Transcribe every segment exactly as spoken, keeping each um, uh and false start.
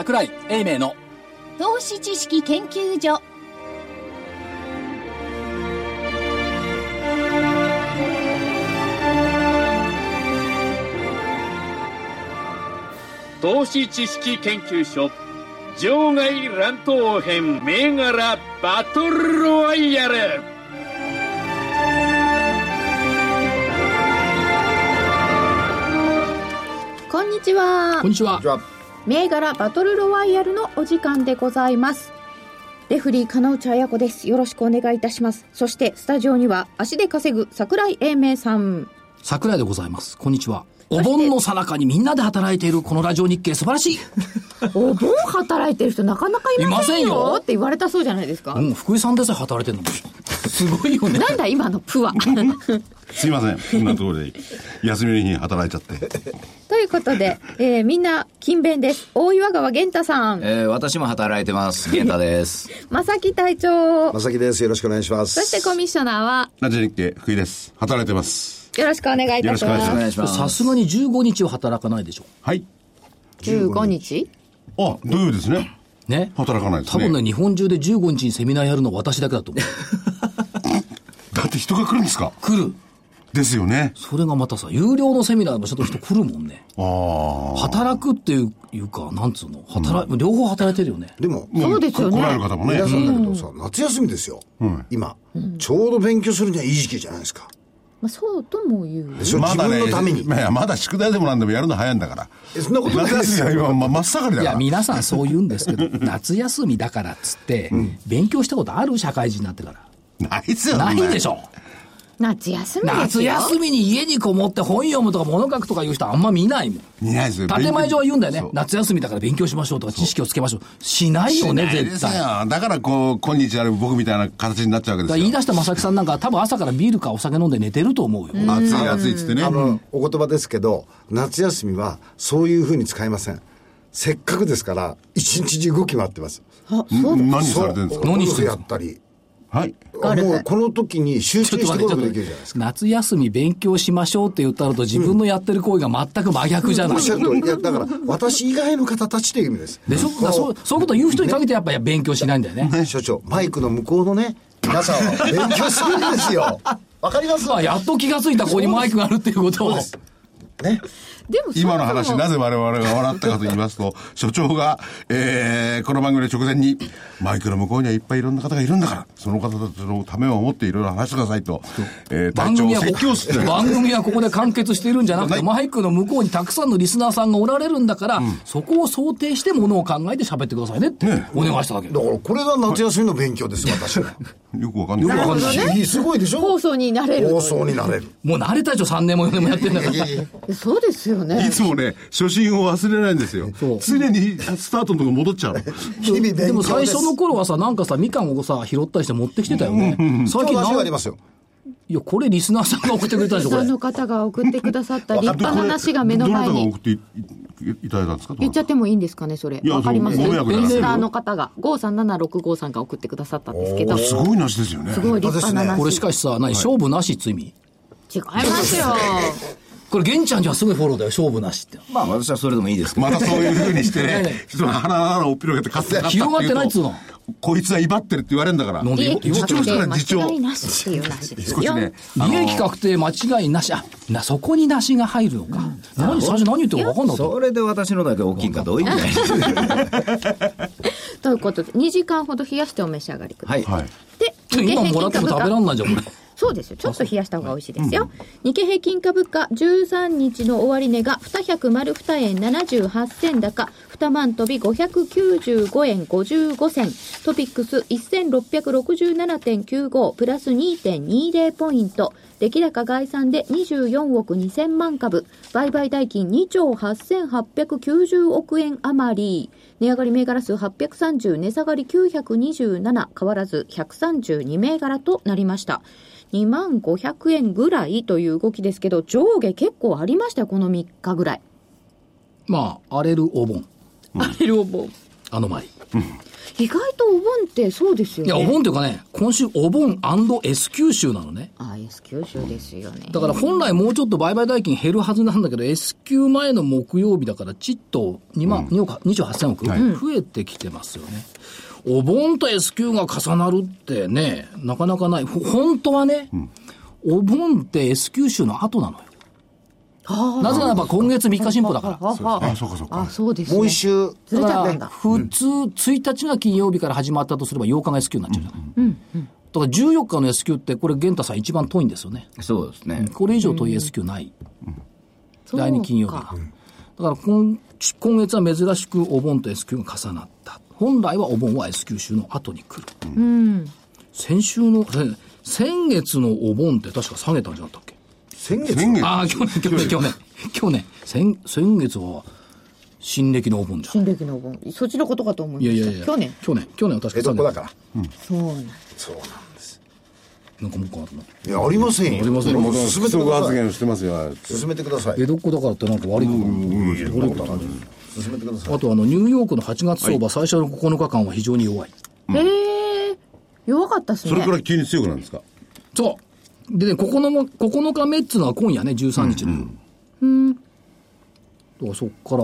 櫻井英明の投資知識研究所。 投資知識研究所場外乱闘編銘柄バトルロワイヤル。 こんにちは。 こんにちは。 銘柄バトルロワイヤルのお時間でございます。レフリー金内彩子です。よろしくお願いいたします。そしてスタジオには足で稼ぐ櫻井英明さん。 櫻井でございます。こんにちは。お盆の最中にみんなで働いているこのラジオ日経素晴らしい。 お盆働いてる人なかなかいませんよ。 いませんよって言われたそうじゃないですか。 うん、福井さんでさえ働いてるのもすごいよね。 なんだ今のプは。 すいません、こんなところで休みの日に働いちゃってということで、えー、みんな勤勉です。大岩川源太さん、 えー、私も働いてます。源太です正木隊長、 正木です。よろしくお願いします。 そしてコミッショナーはラジオ日経福井です。働いてます。 よろしくお願いいたします。 お願いします。 さすがにじゅうごにちは働かないでしょ。 はい、 じゅうごにち、 あ、土曜日ですね。 ね、 働かないですね。 多分ね、日本中でじゅうごにちにセミナーやるのは私だけだと思う。 だって人が来るんですか。 来るですよね。 それがまたさ、有料のセミナーもちょっと人来るもんね。 ああ、 働くっていういうか、なんつうの、働、うん、両方働いてるよね。 でもそうですよね。 来られる方もね、 皆さんだけどさ、うん、夏休みですよ、うん、今、うん、ちょうど勉強するにはいい時期じゃないですか。 まあ、そうとも言う。 まだね、 自分のために、 まあ、まだ宿題でもなんでもやるの早いんだから。 そんなことないですよ。 夏休みは今真っ盛りだから。 いや、皆さんそう言うんですけど、夏休みだからっつって、うん、勉強したことある？社会人になってから。 ないですよね。 ないでしょ。 夏休みですよ。 夏休みに家にこもって本読むとか物書くとかいう人あんま見ないもん。 見ないですよ。 建前上は言うんだよね。夏休みだから勉強しましょうとか知識をつけましょう。しないよね、絶対。 だからこう、今日ある僕みたいな形になっちゃうわけですよ。 言い出した正木さんなんか多分朝からビールかお酒飲んで寝てると思うよ。 暑い暑いっつってね。 あの、お言葉ですけど、夏休みはそういう風に使いません。せっかくですから、一日中動き回ってます。 あ、そうです。 何されてるんですか。 ゴルフやったり。 はい。 もうこの時に集中してゴルフできるじゃないですか。 夏休み勉強しましょうって言ったのと自分のやってる行為が全く真逆じゃない。 おっしゃる通り。いや、だから私以外の方たちという意味です。 でしょ。だそう、そういうこと言う人に限ってやっぱり勉強しないんだよね。 ね、所長、マイクの向こうのね、皆さんは勉強するんですよ。わかります？ あ、やっと気がついた、ここにマイクがあるっていうことを。 ね。 でも今の話、なぜ我々が笑ったかと言いますと、所長が、えー、この番組の直前に、マイクの向こうにはいっぱいいろんな方がいるんだから、その方たちのためを思っていろいろ話してくださいと、えー、 番組はこ説教してる。 番組はここで完結しているんじゃなくて、マイクの向こうにたくさんのリスナーさんがおられるんだから、うん、そこを想定してものを考えて喋ってくださいねって、ね、お願いしたわけ。 だからこれが夏休みの勉強です、私は。 よくわかんない。 よくわかんない。 すごいでしょ。 放送になれる。 放送になれる。 もう慣れたでしょ、さんねんもよねんもやってんだから。 そうですよね。 いつもね、初心を忘れないんですよ。常にスタートのとこ戻っちゃう。 日々勉強です。 でも最初の頃はさ、なんかさ、みかんをさ、拾ったりして持ってきてたよね。 うんうん、 最近何ありますよ。 いや、これリスナーさんが送ってくれたんでしょ、これ。 リスナーの方が送ってくださった立派な梨が目の前に。 どなたが送っていただいたんですか。 言っちゃってもいいんですかね、それ。わかります。リスナーの方がごさんななろくごさんが送ってくださったんですけど。 すごい梨ですよね。 すごい立派な梨。 これしかしさ、何、はい、勝負なしって意味？ 違いますよ。 これ玄ちゃんじゃすごいフォローだよ、勝負なしって。 まあ私はそれでもいいですけど。 またそういう風にしてね、人の鼻のおっぴろげて勝って、 広がってないっつうの。 こいつは威張ってるって言われるんだから。 なんで自重したら自重。 間違いなしっていうなしですよ。 少しね、 利益確定間違いなし。あ、な、そこになしが入るのか。うん、何、最初何言ってるか分かんなかった。 それで私のだけ大きいかどういう意味だよ。 ということで、にじかんほど冷やしてお召し上がりください。 はい。 で、 今もらっても食べらんないじゃん、これ。 そうですよ。ちょっと冷やした方が美味しいですよ。うん、日経平均株価じゅうさんにちの終値がにひゃくにえんななじゅうはち銭高、にまん飛びごひゃくきゅうじゅうごえんごじゅうご銭、トピックス せんろっぴゃくろくじゅうななてんきゅうご プラス にてんにじゅう ポイント、出来高概算でにじゅうよんおくにせんまん株、売買代金にちょうはっせんはっぴゃくきゅうじゅうおくえん余り、値上がり銘柄数はっぴゃくさんじゅう、値下がりきゅうひゃくにじゅうなな、変わらずひゃくさんじゅうに銘柄となりました。にまんごひゃくえんぐらいという動きですけど、上下結構ありましたよ、このみっかぐらい。 まあ荒れるお盆、 荒れるお盆、 あの前。 意外とお盆ってそうですよね。 いや、お盆というかね、今週お盆 &S q 週なのね。 ああ、S q 週ですよね。 だから本来もうちょっと売買代金減るはずなんだけど、S q 前の木曜日だからちっとにまん、うん、におくにじゅうはっせんおく、はい、増えてきてますよね。お盆と S q が重なるってね、なかなかない。本当はね、うん、お盆って S q 週の後なのよ。なぜならば今月みっか進歩だから。 あ、そうかそうか。 あ、そうですね。 もう一週ずれちゃったんだ。 普通、ついたちが金曜日から始まったとすればようかが S q になっちゃうじゃない。うんうん。だからじゅうよっかの S q ってこれ、玄太さん一番遠いんですよね。 そうですね。 これ以上遠い S q ない。うん、だいに金曜日が。だから今、今月は珍しくお盆と S q が重なった。本来はお盆は S q 週の後に来る。うん。先週の、先月のお盆って確か下げたんじゃなかったっけ？ 先月ああ、去年、去年、去年。去年。先、先月は、新暦のお盆じゃん。 新暦のお盆。そっちのことかと思いました。いやいやいや去年。 去年。去年は確か江戸っ子だから。 うん。そうなんです。 そうなんです。 なんかもう一個あるの？ いや、ありませんよ。 ありませんよ。進めてください。発言してますよ。 進めてください。 江戸っ子だからってなんか悪いのかな？うん、 そんなことない。進めてください。 あとあの、ニューヨークのはちがつ相場、最初のここのかかんは非常に弱い。 へえ、弱かったっすね。 それから急に強くなるんですか？ そう。でね、ここの、ここのかめっつうのは今夜ね、じゅうさんにちの。うん。うん。だからそっから、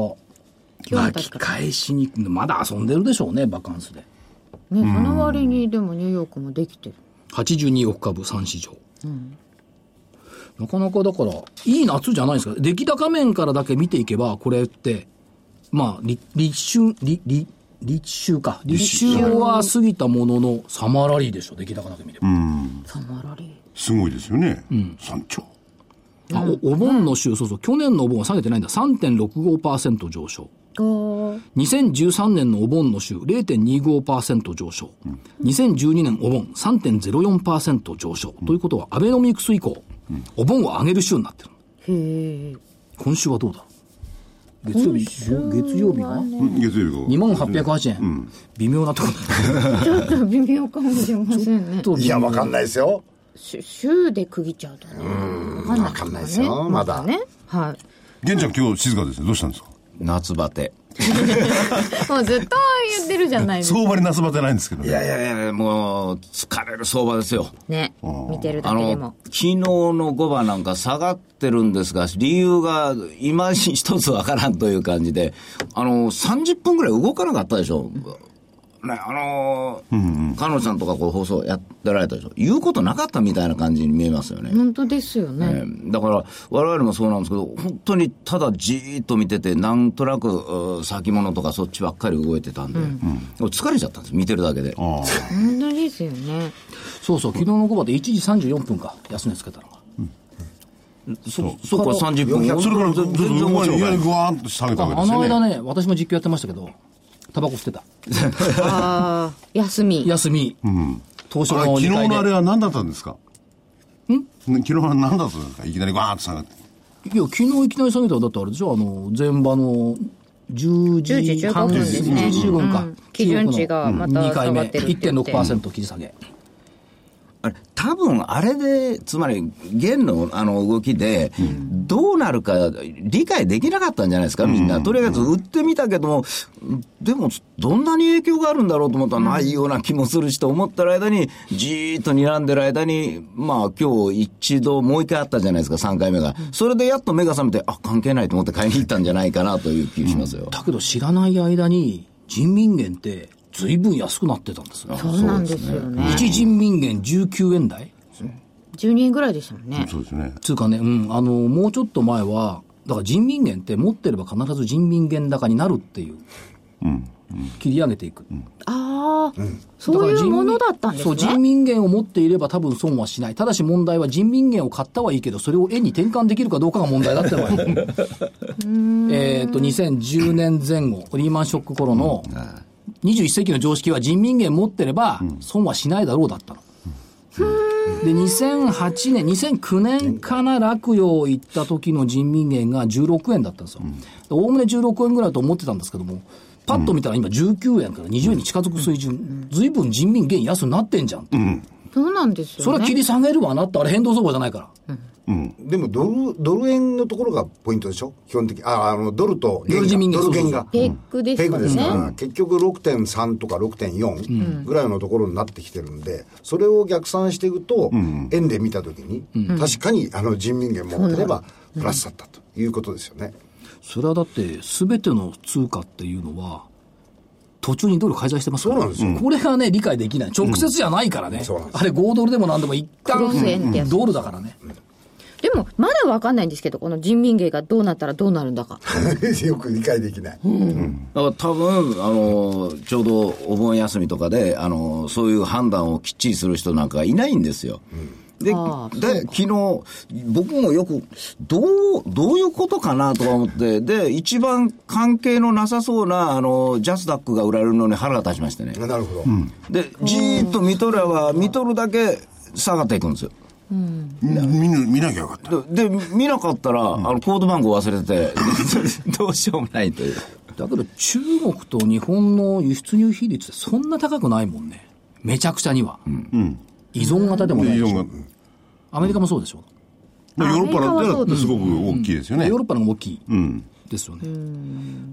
巻き返しに、まだ遊んでるでしょうね、バカンスで。 ね、その割にでもニューヨークもできてる。 はちじゅうにおくかぶさん市場。うん。なかなかだから、いい夏じゃないですか。出来高面からだけ見ていけば、これって、まあ、立春、立、立、立秋か。立秋は過ぎたものの、サマーラリーでしょ、出来高だけ見れば。うん。 サマーラリー。 すごいですよね。うん。さんちょう。 あ、お、お盆の週、そうそう、去年のお盆は下げてないんだ。さんてんろくごパーセント 上昇。にせんじゅうさんねんのお盆の週、れいてんにごパーセント 上昇。うん、にせんじゅうにねんお盆、さんてんぜろよんパーセント 上昇。うん、ということは、アベノミクス以降、うん、お盆を上げる週になってる。へー。今週はどうだ？月曜日、月曜日が、うん、 月曜日がにまんはっぴゃくはちえん、うん、微妙なところちょっと微妙かもしれませんね。 いや、わかんないですよ。 週で区切っちゃうとね、 うん、わかんない、ね、かんないですよ、まだね。 はい。 玄ちゃん今日静かですね。どうしたんですか？ 夏バテ。 もうずっと言ってるじゃないですか。 相場に夏バテないんですけどね。 いやいやいや、もう疲れる相場ですよね。見てるだけでも。 昨日のごばなんか下がってるんですが、理由が今一つわからんという感じで、あのさんじゅっぷんぐらい動かなかったでしょ。ね、あのー、うんうん、彼女さんとかこう放送やってられたでしょ。言うことなかったみたいな感じに見えますよね。 本当ですよね。 ね、だから我々もそうなんですけど、本当にただじーっと見てて、なんとなく先物とかそっちばっかり動いてたんで、うんうん、疲れちゃったんです、見てるだけで。 本当ですよね。 そうそう、昨日のごばでいちじさんじゅうよんぷんか、安値つけたのが。 うん、そ, そこはさんじゅっぷん。 それから全然面白い。いや、ぐわーんと下げたわけですよね。 あの間ね、私も実況やってましたけど、タバコ吸ってた。 ああ、休み。 休み。 うん。東証の昨日のあれは何だったんですか？ん？昨日は何だったんですか？いきなりガーッと下がって。 いや、昨日いきなり下げたらだってあれでしょ、あの、前場のじゅうじはん過ぎ、じゅうじじゅうごふんか。うん、 基準値がまた下がってるって言って。 いってんろくパーセント 切り下げ。 あれ多分あれでつまり元のあの動きでどうなるか理解できなかったんじゃないですか、みんな。とりあえず売ってみたけども、でもどんなに影響があるんだろうと思ったらないような気もするしと思ってる間に、じーっと睨んでる間に、まあ今日一度もう一回あったじゃないですか、さんかいめが。それでやっと目が覚めて、あ、関係ないと思って買いに行ったんじゃないかなという気がしますよ。 だけど知らない間に人民元ってずいぶん安くなってたんですよ。 そうなんですよね。 一人民元じゅうきゅうえん台、 じゅうにえんぐらいでしたもんね。 そうですね。 つうかね、うん、あの、もうちょっと前は、だから人民元って持ってれば必ず人民元高になるっていう。うん。うん、切り上げていく。うん、 ああ、うん、そういうものだったんですね。 そう、人民元を持っていれば多分損はしない。ただし問題は人民元を買ったはいいけど、それを円に転換できるかどうかが問題だってのはえっと、にせんじゅうねんぜん後、リーマンショック頃のにじゅういっ世紀の常識は人民元持ってれば損はしないだろうだったの。うん、で、にせんはちねん、にせんきゅうねんかな、落葉行った時の人民元がじゅうろくえんだったんですよ。おおむねじゅうろくえんぐらいと思ってたんですけども、パッと見たら今じゅうきゅうえんからにじゅうえんに近づく水準、ずいぶん人民元安になってんじゃん、うん、 そうなんですよね。 それは切り下げるわなって、あれ変動相場じゃないから、 うんうん、 でもドル、ドル円のところがポイントでしょ基本的に。あ、あの、ドルとドル人民元ドル元が。 ペックですかね。 ペックですから、結局 ろくてんさん とか ろくてんよん ぐらいのところになってきてるんで、それを逆算していくと、円で見たときに、確かにあの人民元持ってればプラスだったということですよね。 それはだって、すべての通貨っていうのは、途中にドル介在してますから、 そうなんですよ。 これがね、理解できない。直接じゃないからね。 うん、 あれ、ごドルでもなんでも一旦、 クロス円ってやつドルだからね。 でも、まだわかんないんですけど、この人民元がどうなったらどうなるんだか。 よく理解できない。 うん、だから多分、あの、ちょうどお盆休みとかで、あの、そういう判断をきっちりする人なんかいないんですよ。うん、で、で昨日、僕もよく、どう、どういうことかなとか思って、で、一番関係のなさそうな、あの、ジャスダックが売られるのに腹が立ちましてね。 なるほど。 うん、で、じーっと見とれば、見とるだけ下がっていくんですよ。 うん、見, 見なきゃよかったで, で見なかったら、うん、あのコード番号忘れてどうしようもないという。 だけど中国と日本の輸出入比率ってそんな高くないもんね、めちゃくちゃには、うん、依存型でもないし、うん、アメリカもそうでしょ。 ヨーロッパなんてすごく大きいですよね、 うん、ヨーロッパの方が大きいですよね、うん、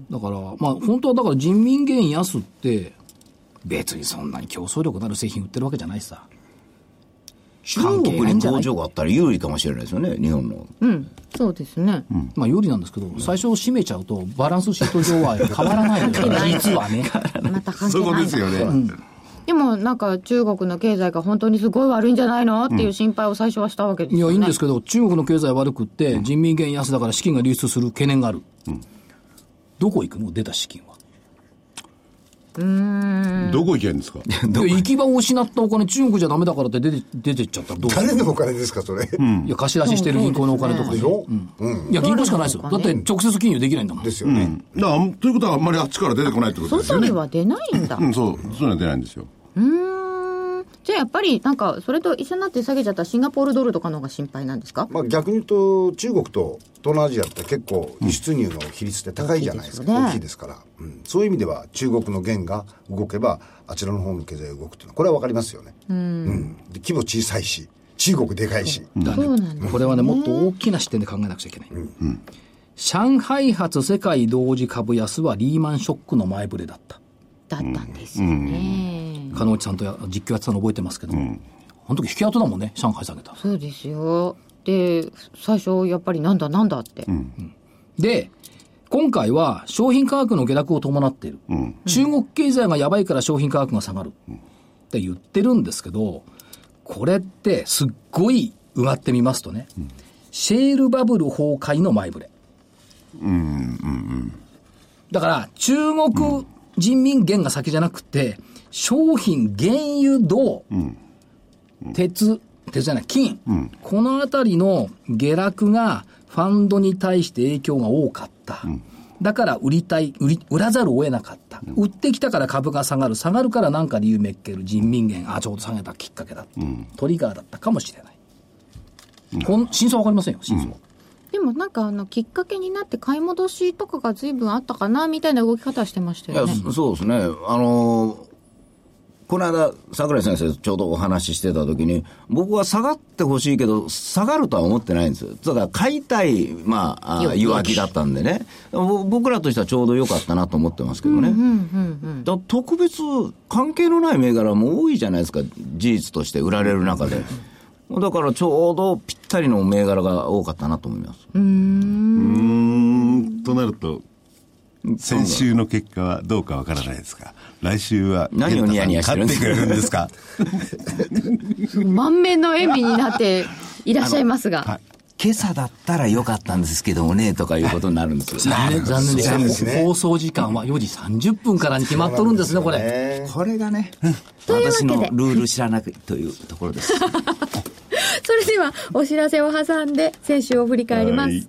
だからまあ本当はだから人民元安って別にそんなに競争力のある製品売ってるわけじゃないさ。 中国に工場があったら有利かもしれないですよね、日本の。 うん、そうですね。 うん、まあ有利なんですけど、最初閉めちゃうとバランスシート上は変わらないので、実はね。 また関係ない。 そういうことですよね。うん、 でもなんか中国の経済が本当にすごい悪いんじゃないのっていう心配を最初はしたわけですよね。 いや、いいんですけど、中国の経済悪くって、人民元安だから資金が流出する懸念がある。うん、どこ行くの出た資金は。 うーんどこ行けんですか行き場を失ったお金、中国じゃダメだからって出て出てっちゃったらどう誰のお金ですかそれ、うん、 いや貸し出ししてる銀行のお金とかね、うんうん、いや銀行しかないですよ。だって直接金融できないんだもん。 ですよね、 うん、だからということはあんまりあっちから出てこないってことですよね。 外には出ないんだ、 うん、そうそういうのは出ないんですよ。 うーんじゃあやっぱりなんかそれと一緒になって下げちゃったシンガポールドルとかの方が心配なんですか。 まあ、逆に言うと中国と東南アジアって結構輸出入の比率って高いじゃないですか、うん、大きいですから、うん、そういう意味では中国の元が動けばあちらの方の経済が動くっていうのはこれは分かりますよね。うん、うん、で規模小さいし中国でかいし、 だね、これはねもっと大きな視点で考えなくちゃいけない、うんうん、上海発世界同時株安はリーマンショックの前触れだっただったんですよね。 鹿野内さんと実況やってたの覚えてますけど、うん、あの時引き跡だもんね、上海下げた。 そうですよ。で最初やっぱりなんだなんだって、うん、 で今回は商品価格の下落を伴っている、うん、中国経済がやばいから商品価格が下がるって言ってるんですけど、これってすっごいうがってみますとね、うん、シェールバブル崩壊の前触れ、うんうんうん、だから中国人民元が先じゃなくて商品原油銅、うんうん、鉄鉄じゃない金、うん、このあたりの下落がファンドに対して影響が多かった、うん、だから売りたい 売り売らざるを得なかった、うん、売ってきたから株が下がる下がるから何か理由めっける人民元あちょうど下げたきっかけだった、うん、トリガーだったかもしれない、うん、こん真相は分かりませんよ真相は、うん、 でもなんかあのきっかけになって買い戻しとかが随分あったかなみたいな動き方してましたよね。 いやそうですね。あのーこの間、櫻井先生ちょうどお話ししてた時に、僕は下がってほしいけど、下がるとは思ってないんですよ。ただ、買いたい、まあ、弱気だったんでね。僕らとしてはちょうど良かったなと思ってますけどね。うんうんうんうん、だ特別関係のない銘柄も多いじゃないですか、事実として売られる中で。だからちょうどぴったりの銘柄が多かったなと思います。 うーん、うーんとなると、先週の結果はどうかわからないですか。来週は何をニヤニヤしてるんですか。 買ってくれるんですか。 満面の笑みになっていらっしゃいますが、はい、 今朝だったらよかったんですけどもねとかいうことになるんですよ。 残念残念ですね。放送時間はよじさんじゅっぷんからに決まっとるんですね、これ。 これがね、私のルール知らなくというところです。 それではお知らせを挟んで先週を振り返ります。はい、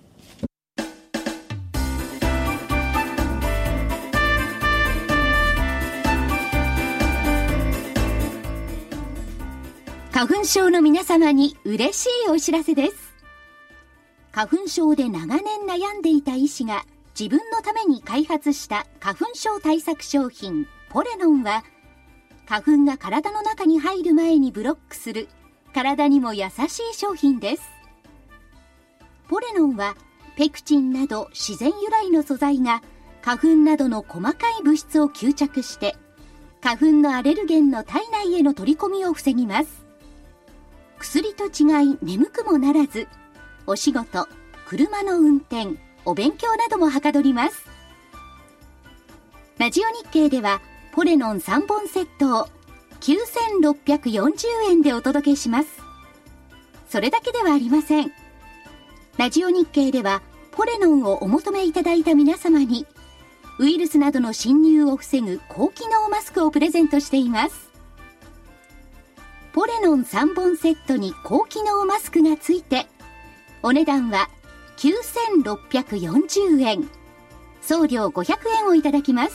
花粉症の皆様に嬉しいお知らせです。花粉症で長年悩んでいた医師が自分のために開発した花粉症対策商品ポレノンは、花粉が体の中に入る前にブロックする体にも優しい商品です。 ポレノンはペクチンなど自然由来の素材が花粉などの細かい物質を吸着して花粉のアレルゲンの体内への取り込みを防ぎます。薬と違い眠くもならず、お仕事、車の運転、お勉強などもはかどります。ラジオ日経ではポレノンさんぼんセットをきゅうせんろっぴゃくよんじゅうえんでお届けします。それだけではありません。ラジオ日経ではポレノンをお求めいただいた皆様にウイルスなどの侵入を防ぐ高機能マスクをプレゼントしています。ポレノンさんぼんセットに高機能マスクがついてお値段はきゅうせんろっぴゃくよんじゅうえん、送料ごひゃくえんをいただきます。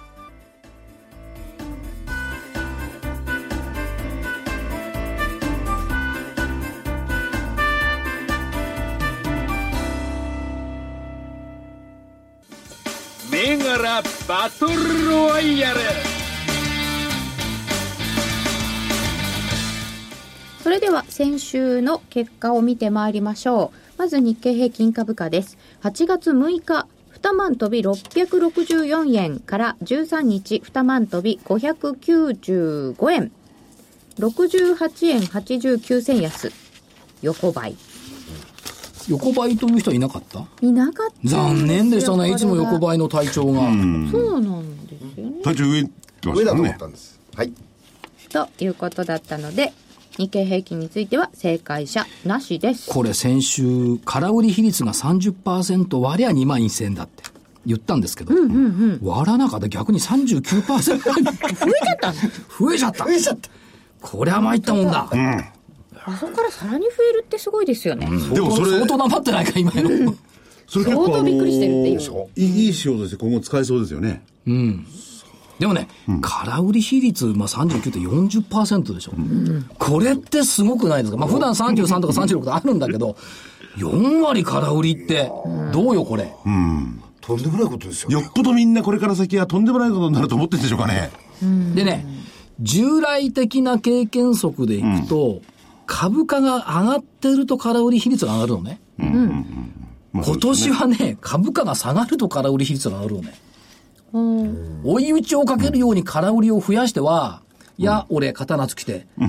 銘柄バトルロワイヤル。 それでは先週の結果を見てまいりましょう。まず日経平均株価です。はちがつむいかにまん飛びろっぴゃくろくじゅうよんえんからじゅうさんにちにまん飛びごひゃくきゅうじゅうごえん、ろくじゅうはちえんはちじゅうきゅうせん安、横ばい。 横ばいという人はいなかった？ いなかった。 残念でしたね。いつも横ばいの体調が。 そうなんですよね。 体調上上だと思ったんです。はい。 ということだったので、日経平均については正解者なしです。 これ先週空売り比率が さんじゅっパーセント 割りゃにまんせんえんだって言ったんですけど、うんうんうん、割らなかった逆に さんじゅうきゅうパーセント 増えちゃった増えちゃった増えちゃったこりゃ参ったもんだ。うん、 あそこからさらに増えるってすごいですよね。うん、 でもそれ相当なまってないか今の。 それ結構相当びっくりしてるっていう。 いい仕事として今後使えそうですよね。 うん。でもね、うん、空売り比率、まあ、さんじゅうきゅうって よんじゅっパーセント でしょ、うん、これってすごくないですか。まあ普段さんじゅうさんとかさんじゅうろくとかあるんだけどよんわり空売りってどうよこれ、うん、 とんでもないことですよ、ね、 よっぽどみんなこれから先はとんでもないことになると思ってるんでしょうかね、 うん、でね、従来的な経験則でいくと、うん、株価が上がってると空売り比率が上がるのね、うんうんうん、今年はね株価が下がると空売り比率が上がるのね。追い打ちをかけるように空売りを増やしては、うん、いや、俺、刀つきて、うん、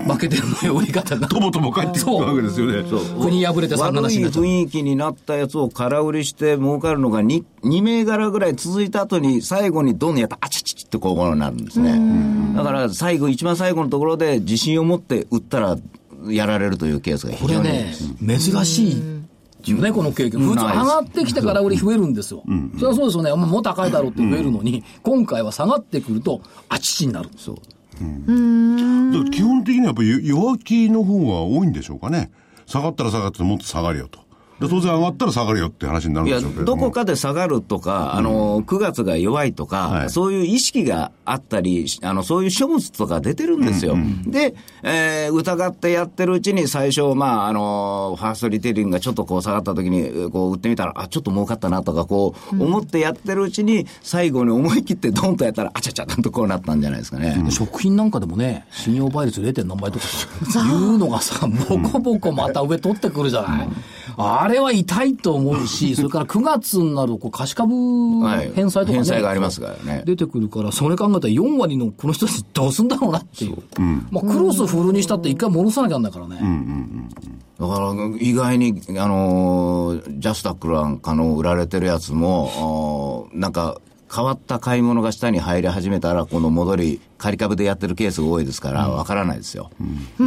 負けてるのよ、売り方が。 ともとも帰ってくるわけですよね。 そう。 国破れてさんななしになっちゃう。 悪い雰囲気になったやつを空売りして儲かるのが 2, 2銘柄ぐらい続いた後に、最後にどんどんやったら、あちちちってこうなるんですね。だから、最後、一番最後のところで自信を持って売ったら、やられるというケースが非常に。 これね、珍しい。ね、この経験。普通上がってきてから売り増えるんですよ。うん、それはそうですよね。もう高いだろうって増えるのに、うん、今回は下がってくると、あちちになる。そう。 うん、だから基本的にはやっぱり弱気の方が多いんでしょうかね。下がったら下がってもっと下がるよと。当然上がったら下がるよって話になるんでしょうけど、 いやどこかで下がるとか、あのくがつが弱いとか、はい、そういう意識があったり、あのそういう書物とか出てるんですよ、うんうん、で、えー、疑ってやってるうちに最初、まあ、あのファーストリテイリングがちょっとこう下がった時にこう売ってみたらあちょっと儲かったなとかこう思ってやってるうちに最後に思い切ってドンとやったらあちゃちゃとこうなったんじゃないですかね、 うん、食品なんかでもね信用倍率 れい. 何倍とかいうのがさボコボコまた上取ってくるじゃない、うん、あれは痛いと思うし、それからくがつになるとこう貸し株返済とか、ね、 返済がありますからね。 出てくるから、それ考えたらよんわりのこの人たちどうすんだろうなっていう。うん、まあクロスフルにしたって一回戻さなきゃなんだからね。うんうんうん、だから意外に、あのー、ジャスタックなんかの売られてるやつも、なんか、変わった買い物が下に入り始めたらこの戻り仮株でやってるケースが多いですからわからないですよ、うん、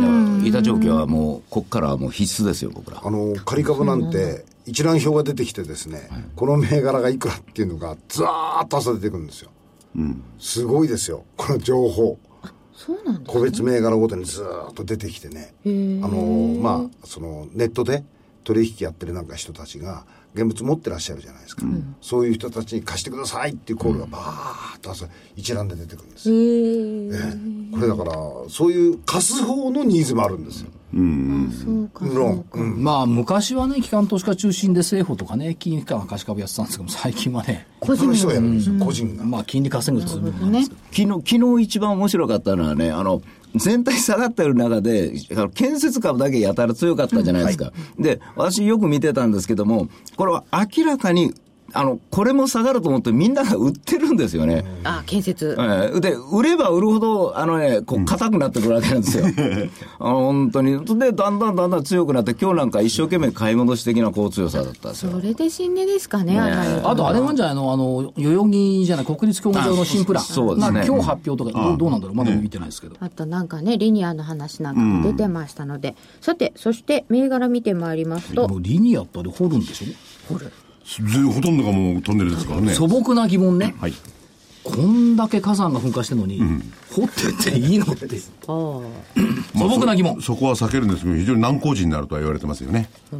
板状況はもうこっからはもう必須ですよ僕ら。 あの仮株なんて一覧表が出てきてですね、はい、この銘柄がいくらっていうのがずーっと朝出てくるんですよ、うん、すごいですよこの情報。 そうなんですね、 個別銘柄ごとにずーっと出てきてね、あのまあそのネットで取引やってるなんか人たちが現物持ってらっしゃるじゃないですか、うん、そういう人たちに貸してくださいっていうコールがバーッと朝一覧で出てくるんですよ、ええ、これだからそういう貸す方のニーズもあるんですよ、うん、 そうかそうか、 うん、まあ昔はね機関投資家中心で政府とかね金融機関が貸し株やってたんですけども最近はね個人の人がやるんですよ、うん、個人がまあ金利稼ぐつもりなんですけど、 ね、昨日昨日一番面白かったのはねあの全体下がってる中で建設株だけやたら強かったじゃないですか、うんはい、で私よく見てたんですけどもこれは明らかにあのこれも下がると思ってみんなが売ってるんですよね。 ああ建設、 えー、で売れば売るほどあのねこう硬くなってくるわけなんですよ、うん、あの本当にでだんだんだんだん強くなって今日なんか一生懸命買い戻し的な好強さだったんですよ。 それで新値ですかね。 ねあとあれなんじゃないのあの代々木じゃない国立競技場の新プランそうですね今日発表とかどう、どうなんだろうまだ見てないですけど、 あとなんかねリニアの話なんかも出てましたので、うん、さてそして銘柄見てまいりますとリニアってあれ掘るんでしょ。掘るほとんどがもうトンネルですからね。 素朴な疑問ね、 はい、 こんだけ火山が噴火してるのに、うん、掘ってっていいのって素朴な疑問、 まあ、そ, そこは避けるんですけど非常に難工事になるとは言われてますよね。 うん、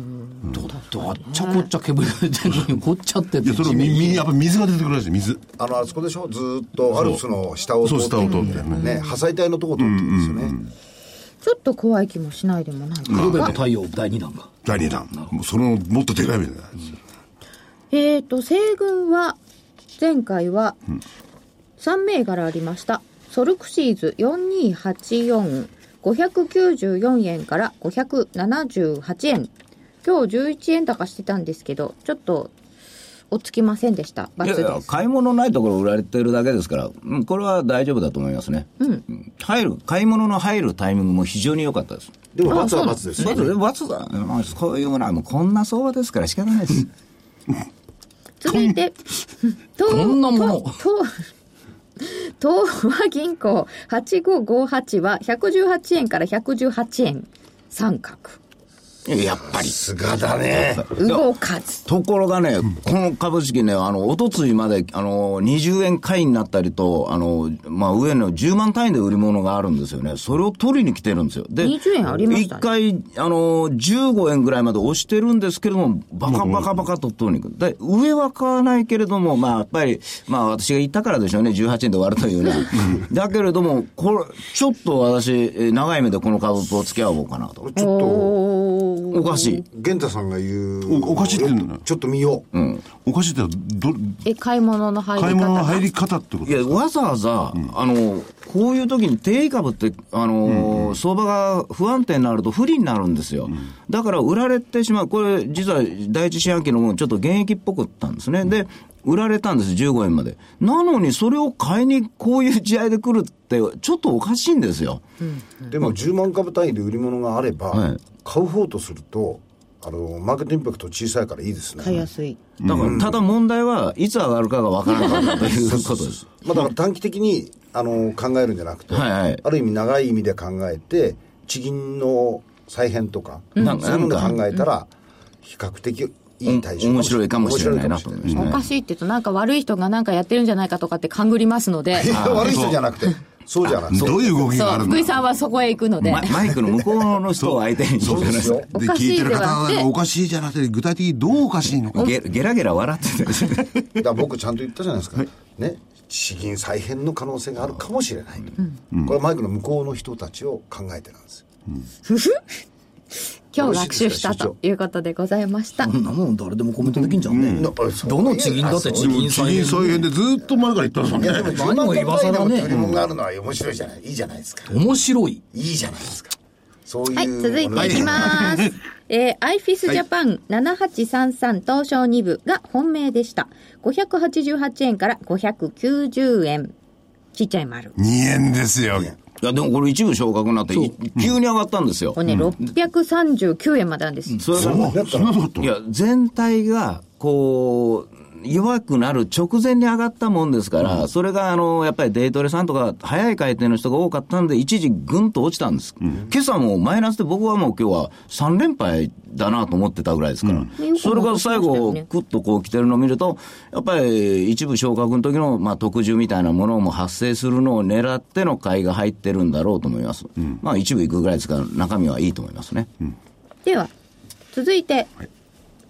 だってあっちゃこっちゃ煙が出てるのに掘っちゃってっていやそれはみやっぱ水が出てくるらしい水あのあそこでしょずーっとアルプスの下を通ってそう下を通ってね、 ね破砕帯のとこ通ってるんですよね、うんうんうん、 ちょっと怖い気もしないでもない黒部の太陽だいにだんがだいにだんもうそのもっとでかい目じゃないですよ。 えーと西軍は前回はさん銘柄ありました。ソルクシーズよんにはちよん ごひゃくきゅうじゅうよんえんからごひゃくななじゅうはちえん今日じゅういちえん高してたんですけどちょっと追っつきませんでした。バツです。いやいや買い物ないところ売られてるだけですから、うん、これは大丈夫だと思いますね、うん、入る買い物の入るタイミングも非常に良かったです。 でもバツはバツですよね。 バツだ、まあ、こういうものはもうこんな相場ですから仕方ないです続いてこんなもの東和銀行はちごごはちはひゃくじゅうはちえんからひゃくじゅうはちえん三角。 やっぱりさすがだね動かず。 ところがね、うん、この株式ねあのおとついまであのにじゅうえん買いになったりとあの、まあ、上のじゅうまん単位で売り物があるんですよね。それを取りに来てるんですよ。でにじゅうえんありましたね。 いっかいあのじゅうごえんぐらいまで押してるんですけれどもバカバカバカと取りに行く。で上は買わないけれども、まあ、やっぱり、まあ、私が言ったからでしょうねじゅうはちえんで終わるというねだけれどもこれちょっと私長い目でこの株と付き合おうかなと。 ちょっとおかしい。 玄太さんが言うお, おかしいって言うのちょっと見よう、うん、 おかしいってどえ買い物の入り方買い物の入り方ってことですか。 いやわざわざ、うん、あのこういう時に定位株ってあの、うんうん、相場が不安定になると不利になるんですよ、うん、だから売られてしまう。これ実は第一四半期のもちょっと現役っぽくったんですね、うん、で売られたんですじゅうごえんまで。なのにそれを買いにこういう試合で来るってちょっとおかしいんですよ、 うんうん、でもじゅうまん株単位で売り物があれば、はい、買う方とするとあのマーケットインパクト小さいからいいですね。 買いやすい。 だからただ問題はいつ上がるかがわからないということです。 まあだから短期的にあの考えるんじゃなくて、 はいはい、 ある意味長い意味で考えて地銀の再編とか、うん、そういうのを考えたら比較的いい対象面白いかもしれないなと思います、ね、 おかしいって言うとなんか悪い人がなんかやってるんじゃないかとかって勘ぐりますのでいや悪い人じゃなくてそうじゃなくてどういう動きがあるんだ。 福井さんはそこへ行くので、 ま、マイクの向こうの人を相手にそうですよ。で聞いてる方はおかしいじゃなくて具体的にどうおかしいのかゲ, ゲラゲラ笑っててだから僕ちゃんと言ったじゃないですか、はい、ね資金再編の可能性があるかもしれない、うん、これはマイクの向こうの人たちを考えてなんですよ、うん今日学習したということでございました。 そんなもん誰でもコメントできんじゃんね、うん、どの地銀だって地銀再編地銀再編でずっと前から言ったんですもんね。いやでも何も今更ね売り物があるのは面白いじゃないいいじゃないですか。 面白いいいじゃないですか。そういう、 はい、続いていきます、はいえー、アイフィスジャパンななはちさんさん東証に部が本命でした。ごひゃくはちじゅうはちえんからごひゃくきゅうじゅうえんちっちゃい丸にえんですよ。 いやでもこれ一部昇格になって急に上がったんですよ、 これね、うん、ろっぴゃくさんじゅうきゅうえんまでなんです、うん、 それがいや全体がこう弱くなる直前に上がったもんですから、うん、それがあのやっぱりデイトレさんとか早い回転の人が多かったんで一時ぐんと落ちたんです、うん、今朝もマイナスで僕はもう今日はさん連敗だなと思ってたぐらいですから、うん、それが最後クッとこう来てるのを見るとやっぱり一部昇格の時のまあ特需みたいなものも発生するのを狙っての買いが入ってるんだろうと思います、うん、まあ一部いくぐらいですから中身はいいと思いますね、うん、 では続いて、はい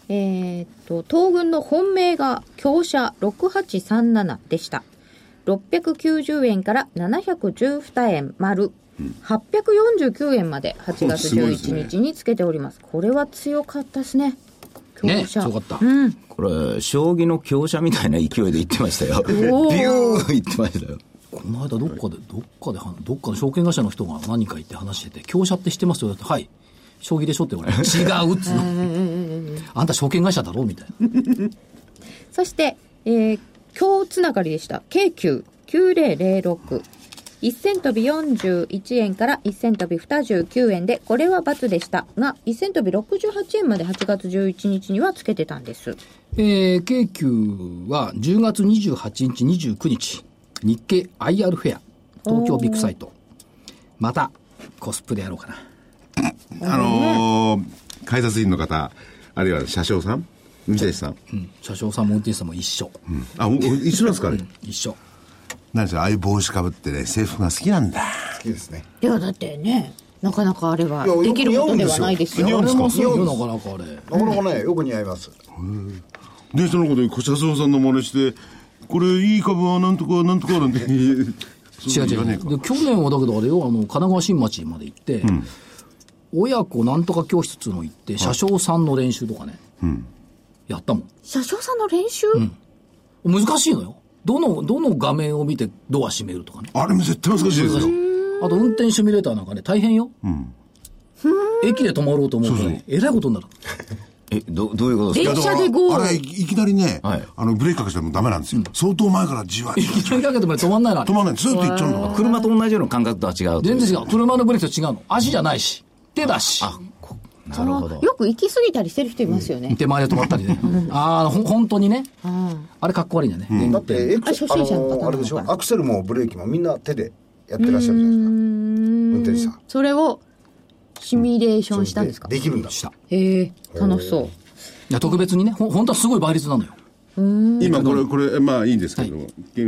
えー、っと東軍の本命が強者ろくはちさんななでした。ろっぴゃくきゅうじゅうえんからななひゃくじゅうにえん丸、うん、はっぴゃくよんじゅうきゅうえんまではちがつじゅういちにちにつけております。これは強かったですね。強者、 ね、強かった、 うん、 これ将棋の強者みたいな勢いで言ってましたよ。ビュー言ってましたよ。 この間どっかでどっかでどっかの証券会社の人が何か言って話してて、強者って知ってますよって、はい将棋でしょって言われて、違うっつうのあんた証券会社だろみたいなそして、えー、今日つながりでした京急きゅうぜろぜろろく、いち銭飛びよんじゅういちえんからいち銭飛びにじゅうきゅうえんで、これは×でしたが、いち銭飛びろくじゅうはちえんまではちがつじゅういちにちにはつけてたんです。 えー、京急はじゅうがつにじゅうはちにちにじゅうくにち日経 アイアール フェア東京ビッグサイト、またコスプレやろうかな。 あのー、改札員の方、あるいは車掌さん、運転手さん、 うん、車掌さんも運転手さんも一緒、 うん、あ一緒なんですかね、うん、 一緒。 何ですか、ああいう帽子かぶってね、制服が好きなんだ。 好きですね。 いやだってね、なかなかあれはできることではないですよ。 あれもそうよ、なかなかあれなかなかね、よく似合います。 でそのことに車掌さんの真似して、これいい株はなんとかなんとかなんて違う違う。で去年はだけどあれよ、あの神奈川新町まで行って、うん、親子なんとか教室っていうの行って車掌さんの練習とかね、うん、やったもん。 車掌さんの練習、 うん、難しいのよ。どのどの画面を見てドア閉めるとかね、 あれも絶対難しいですよ。 あと運転シミュレーターなんかね大変よ、うん、駅で止まろうと思うとね、えらいことになる。 え、ど、どういうことですか？ 電車でゴール。 あれ、いきなりね、はい、あの、ブレーキかけてもダメなんですよ。うん、相当前からじわじわ。 いきなりかけても止まんないの。 止まんない。ずっと行っちゃうんだから。 車と同じような感覚とは違う。 全然違う。車のブレーキと違うの。足じゃないし、手だし。あ、 なるほど。 よく行き過ぎたりしてる人いますよね。 うん、手前で止まったりね。ああ、ほ、本当にね。あれかっこ悪いんだね。 うん、だって、エクセル、あの、あれでしょ、アクセルもブレーキもみんな手でやってらっしゃるじゃないですか。運転手さん。 それを、シミュレーションしたんですか？ できるんだ。 した。 へえ、楽しそう。 いや特別にね、ほ本当はすごい倍率なのよ。 今これこれまあいいんですけども、はい、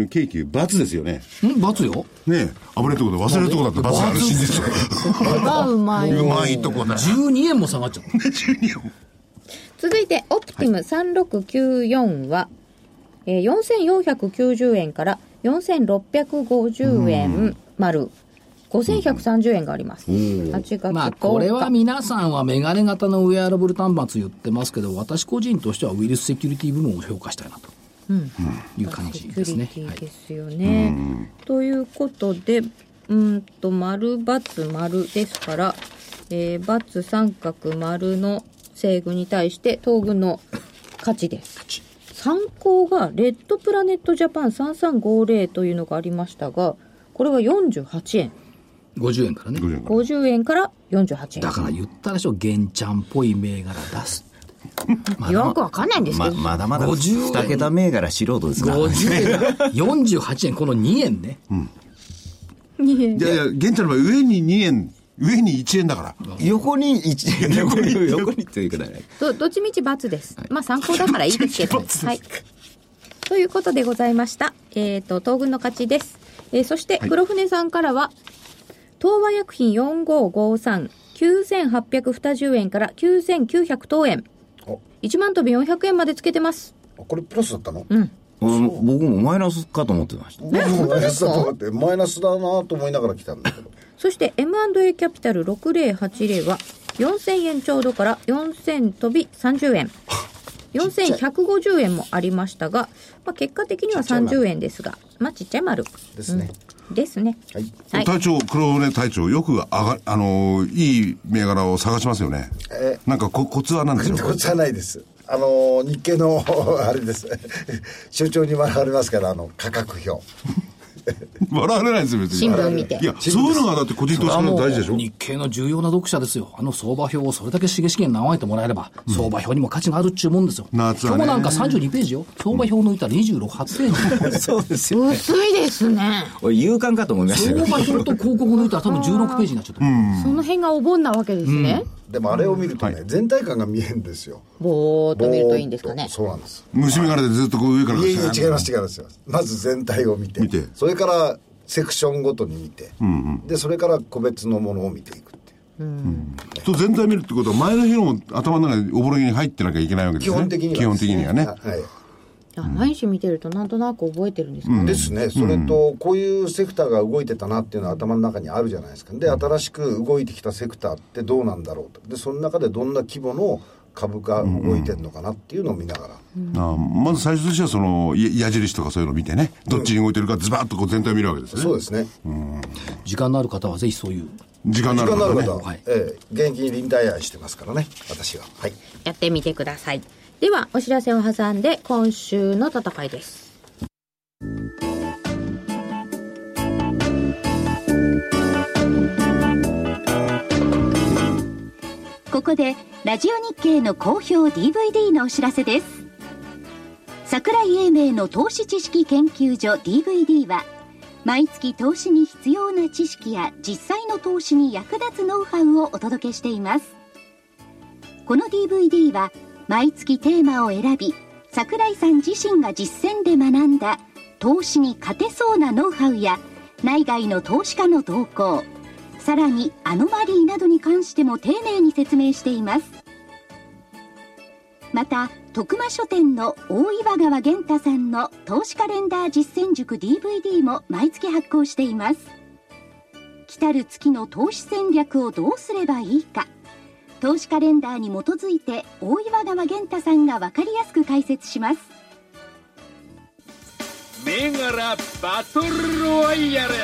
京急罰ですよね。 ん罰よ。 ねえ、危ないところで忘れるところだって罰がある真実は。うまい。 うまいとこだ。 じゅうにえんも下がっちゃった。じゅうにえん。 続いてオプティムさんろくきゅうよんは、えー、よんせんよんひゃくきゅうじゅうえんからよんせんろっぴゃくごじゅうえん丸。ごせんひゃくさんじゅうえんがあります。はちがつとおか。 まあこれは皆さんはメガネ型のウェアラブル端末言ってますけど、私個人としてはウイルスセキュリティ部門を評価したいなと、うん、いう感じですね。 セキュリティですよね。はい、ということで、うんと丸×丸ですから、えー、×三角丸の西軍に対して東軍の勝ちです。勝ち。参考がレッドプラネットジャパンさんさんごぜろというのがありましたが、これはよんじゅうはちえん。 ごじゅうえんからね。 ごじゅうえんからよんじゅうはちえん。 だから言ったでしょ、玄ちゃんっぽい銘柄出す。 よくわかんないんですけど。 ま, まだまだに桁銘柄素人ですから、ね。 ごじゅうえん。よんじゅうはちえん、このにえんね。うん。 にえん。 いやいや、玄ちゃんの場合上ににえん、上にいちえんだから。 横にいちえん。横に、横にというかね。 ど、どっちみち×です。はい、まあ参考だからいいですけど。はい。ということでございました。えっ、ー、と、東軍の勝ちです。えー、そして、黒船さんからは、東和薬品よんごごさん、きゅうせんはっぴゃくにじゅうえんからきゅうせんきゅうひゃくとうえん。いちまん飛びよんひゃくえんまでつけてます。 あ、これプラスだったの？ うん。 僕もマイナスかと思ってました。 僕もマイナスだと思って、マイナスだなと思いながら来たんだけど。 そして エムアンドエー キャピタルろくぜろはちぜろはよんせんえんちょうどからよんせん飛びさんじゅうえん。よんせんひゃくごじゅうえんもありましたが、まあ、結果的にはさんじゅうえんですが、まあちっちゃい丸ですね。 うん、ですね。 はい。 はい、 隊長、黒船隊長、よく上が、あのー、いい銘柄を探しますよね。えー、なんかココツは何でしょうか？ コツはないです。あのー、日経のあれです。所長に笑われますから、あの価格表。 笑われないですよ別に。 新聞見て。 いや、そういうのがだって個人投資家の大事でしょ。 日経の重要な読者ですよ。あの相場表をそれだけしげしげに眺めてもらえれば、うん、相場表にも価値があるっちゅうもんですよ。夏はね、今日なんかさんじゅうにページよ。相場表抜いたらにじゅうろくはちページ。そうですよ、ね。 薄いですね。 俺勇敢かと思いましたよ。 相場表と広告抜いたら多分じゅうろくページになっちゃった。うん、 その辺がお盆なわけですね。 うん、でもあれを見るとね、はい、全体感が見えるんですよ。 ぼーっと見るといいんですかね。 そうなんです。 虫眼鏡でずっとこう上からいやいや違います違いますよ。まず全体を見て、見てそれからセクションごとに見て、うんうん、でそれから個別のものを見ていくっていう。 うん、と全体見るってことは前の日の頭の中におぼろげに入ってなきゃいけないわけですね。 基本的には、ね、 基本的にはね。はい。 あ、毎日見てるとなんとなく覚えてるんですかね、 うん、ですね。それとこういうセクターが動いてたなっていうのは頭の中にあるじゃないですか。で新しく動いてきたセクターってどうなんだろうと。でその中でどんな規模の株価動いてるのかなっていうのを見ながら、 うん、あまず最初としてはその矢印とかそういうのを見てね、どっちに動いてるかズバッとこう全体を見るわけですね。 そうですね、 うん、 時間のある方はぜひそういう時間のある方は、ね、 方は、はい、えー、現役に臨退愛してますからね、私は、はい、 やってみてください。ではお知らせを挟んで今週の戦いです。 ここでラジオ日経の好評 ディーブイディー のお知らせです。櫻井英明の投資知識研究所 ディーブイディー は毎月投資に必要な知識や実際の投資に役立つノウハウをお届けしています。この ディーブイディー は毎月テーマを選び、櫻井さん自身が実践で学んだ投資に勝てそうなノウハウや内外の投資家の動向、さらにアノマリーなどに関しても丁寧に説明しています。また徳間書店の大岩川源太さんの投資カレンダー実践塾 ディーブイディー も毎月発行しています。来たる月の投資戦略をどうすればいいか、投資カレンダーに基づいて大岩川源太さんが分かりやすく解説します。 銘柄バトルロワイヤル。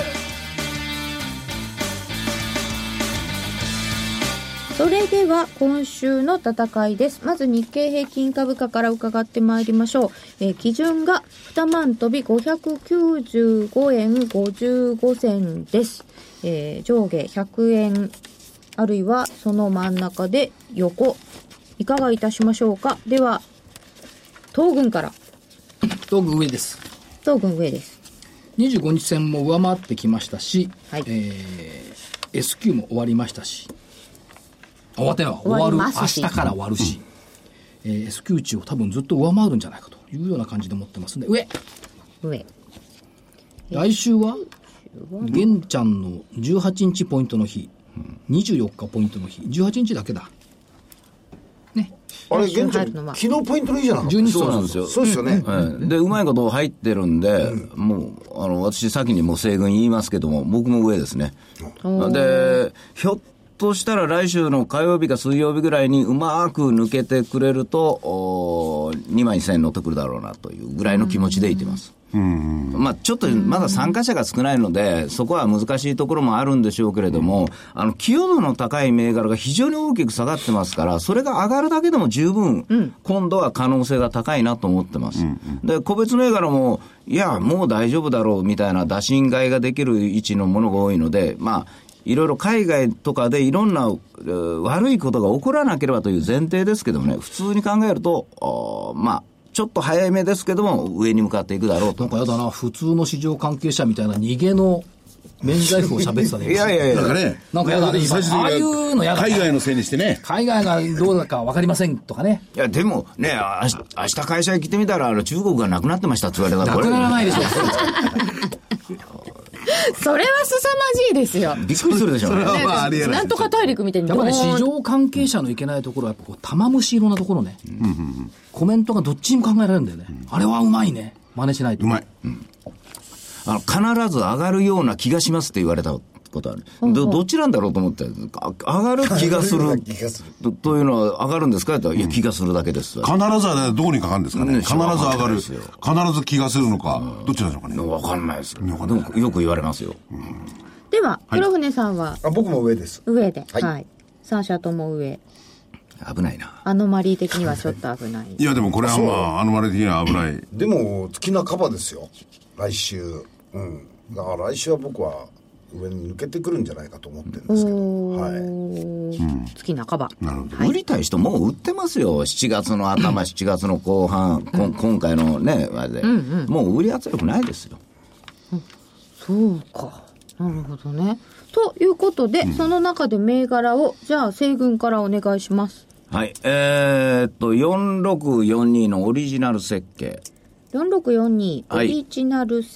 それでは今週の戦いです。まず日経平均株価から伺ってまいりましょう。えー、基準がにまん飛びごひゃくきゅうじゅうごえんごじゅうごせんです。えー、上下ひゃくえんあるいはその真ん中で横、いかがいたしましょうか。では東軍から。 東軍上です。 東軍上です。 にじゅうごにち線も上回ってきましたし、 はい、 えー、S q も終わりましたし、終わっては終わる、明日から終わるし、うん、えー、S q 値を多分ずっと上回るんじゃないかというような感じで思ってますんで、上上来週は玄ちゃんのじゅうはちにちポイントの日、にじゅうよっかポイントの日、じゅうはちにちだけだね。 あれ玄ちゃん昨日ポイントの日じゃなかった。 じゅうににちそうなんですよ。 そうですよね、 はい、でうまいこと入ってるんで、うん、もうあの私先にもう西軍言いますけども、僕も上ですね。でひょっとしたら来週の火曜日か水曜日ぐらいにうまく抜けてくれるとにまんせんえん乗ってくるだろうなというぐらいの気持ちでいってます。うんうん、まあ、ちょっとまだ参加者が少ないのでそこは難しいところもあるんでしょうけれども、あの寄与度の高い銘柄が非常に大きく下がってますから、それが上がるだけでも十分、うん、今度は可能性が高いなと思ってます。うんうん、で個別銘柄もいやもう大丈夫だろうみたいな打診買いができる位置のものが多いので、まあいろいろ海外とかでいろんな悪いことが起こらなければという前提ですけどもね、普通に考えるとまあちょっと早い目ですけども上に向かっていくだろうと。 なんかやだな、普通の市場関係者みたいな逃げの免罪符を喋ってたね。 いやいやいや、 なんかね、 なんかやだね、今ああいうのやだ、ね、 海外のせいにしてね、 海外がどうだか分かりませんとかね。 いやでもね、明日、明日会社に来てみたら中国がなくなってましたって言われたらなくならないでしょそれは凄まじいですよ。 びっくりするでしょうね。 まあありえない。 なんとか大陸みたいに。 やっぱね、市場関係者のいけないところはやっぱこう玉虫色なところね、うんうんうん、コメントがどっちにも考えられるんだよね、うん、あれはうまいね、真似しないと。 うまい、うん、 あの必ず上がるような気がしますって言われたことある。ど, どっちなんだろうと思って、上がる気がすると, というのは上がるんですかって言ったら、いや気がするだけです。 必ずはどこにかかるんですかね。必ず上がる、必ず気がするのか、うん、どっちなんでしょうかね。 分かんないですよ。でもよく言われますよ、うん、 では黒船さんは、 はい、あ僕も上です。 上で、はい、はい、さん社とも上。 危ないな。 アノマリー的にはちょっと危ない。 いやでもこれはまあアノマリー的には危ない。 でも月半ばですよ来週、うん、だから来週は僕は上に抜けてくるんじゃないかと思ってるんですけど、はい、 うん、月半ば。 なるほど、はい、売りたい人もう売ってますよ。しちがつの頭しちがつの後半、うん、今回のねあれで、うんうん、もう売り圧力ないですよ、 うん、そうか、なるほどね。ということで、うん、その中で銘柄をじゃあ西軍からお願いします。 はい、えー、っとよんろくよんにのオリジナル設計、 よんろくよんにオリジナル設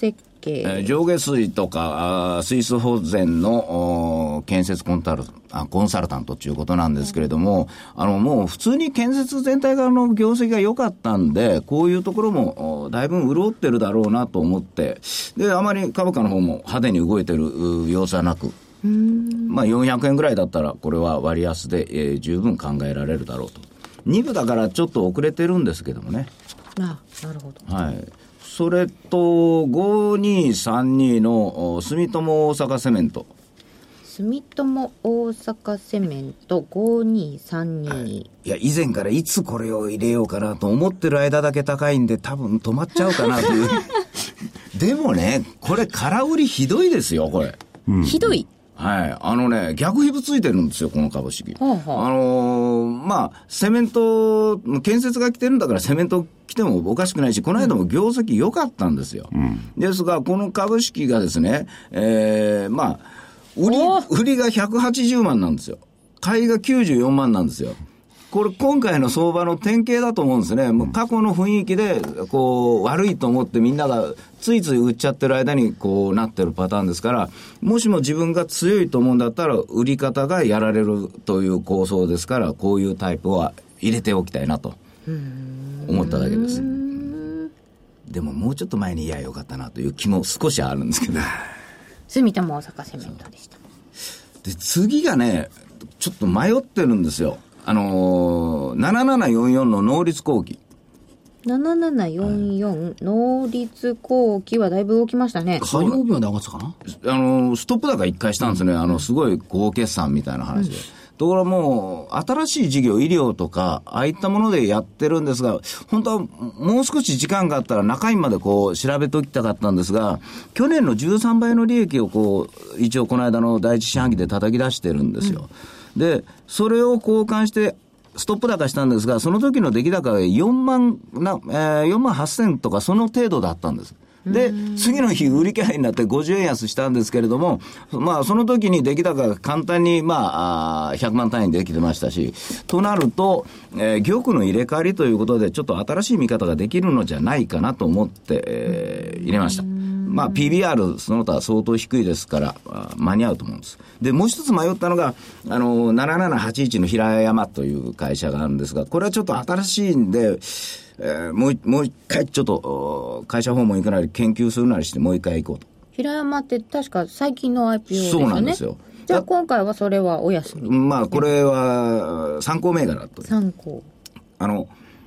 系、 えー、上下水とかあ水素保全の建設コンタルあコンサルタントということなんですけれども、あのもう普通に建設全体側の業績が良かったんで、こういうところもだいぶ潤ってるだろうなと思って、であまり株価の方も派手に動いてる様子はなく、うーん、まあ、よんひゃくえんぐらいだったらこれは割安で、えー、十分考えられるだろうと。に部だからちょっと遅れてるんですけどもね。 あ、なるほど。 はい。それとごにさんにの住友大阪セメント、 住友大阪セメントごにさんに、はい、 いや以前からいつこれを入れようかなと思ってる間だけ高いんで多分止まっちゃうかなというでもねこれ空売りひどいですよこれ、 うん、ひどい。 はい。あのね、逆皮膚ついてるんですよ、この株式。はあはあ、あのー、まあ、セメント、建設が来てるんだからセメント来てもおかしくないし、この間も業績良かったんですよ。うん、ですが、この株式がですね、えー、まあ、売り、売りがひゃくはちじゅうまんなんですよ。買いがきゅうじゅうよんまんなんですよ。これ今回の相場の典型だと思うんですね。もう過去の雰囲気でこう悪いと思ってみんながついつい売っちゃってる間にこうなってるパターンですから、もしも自分が強いと思うんだったら売り方がやられるという構想ですから、こういうタイプは入れておきたいなと思っただけです。でももうちょっと前にいやよかったなという気も少しあるんですけど住友大阪セメントでした。 で次がねちょっと迷ってるんですよ。あのー、ななななよんよんの能率後期。 ななななよんよん、はい、能率後期はだいぶ動きましたね。 火曜日まで上がってたかな。 あのー、ストップ高一回したんですね。あの、すごい高決算みたいな話で。うん、ところがもう、新しい事業、医療とか、ああいったものでやってるんですが、本当はもう少し時間があったら中身までこう調べておきたかったんですが、去年のじゅうさんばいの利益をこう、一応この間の第一四半期で叩き出してるんですよ。うん、で、それを交換して、ストップ高したんですが、その時の出来高がよんまんな、えー、よんまんはっせんとかその程度だったんです。で、次の日売り気配になってごじゅうえん安したんですけれども、まあその時に出来高が簡単にまあ、あひゃくまん単位でできてましたし、となると、えー、玉の入れ替わりということでちょっと新しい見方ができるのじゃないかなと思って、えー、入れました。まあ ピービーアール その他相当低いですから間に合うと思うんです。でもう一つ迷ったのがあのななななはちいちの平山という会社があるんですが、これはちょっと新しいんで、えー、もうもう一回ちょっと会社訪問行くなり研究するなりしてもう一回行こうと。 平山って確か最近の アイピーオー ですよね。 そうなんですよ。 じゃあ今回はそれはお休み。 まあこれは参考銘柄という。 参考。 あの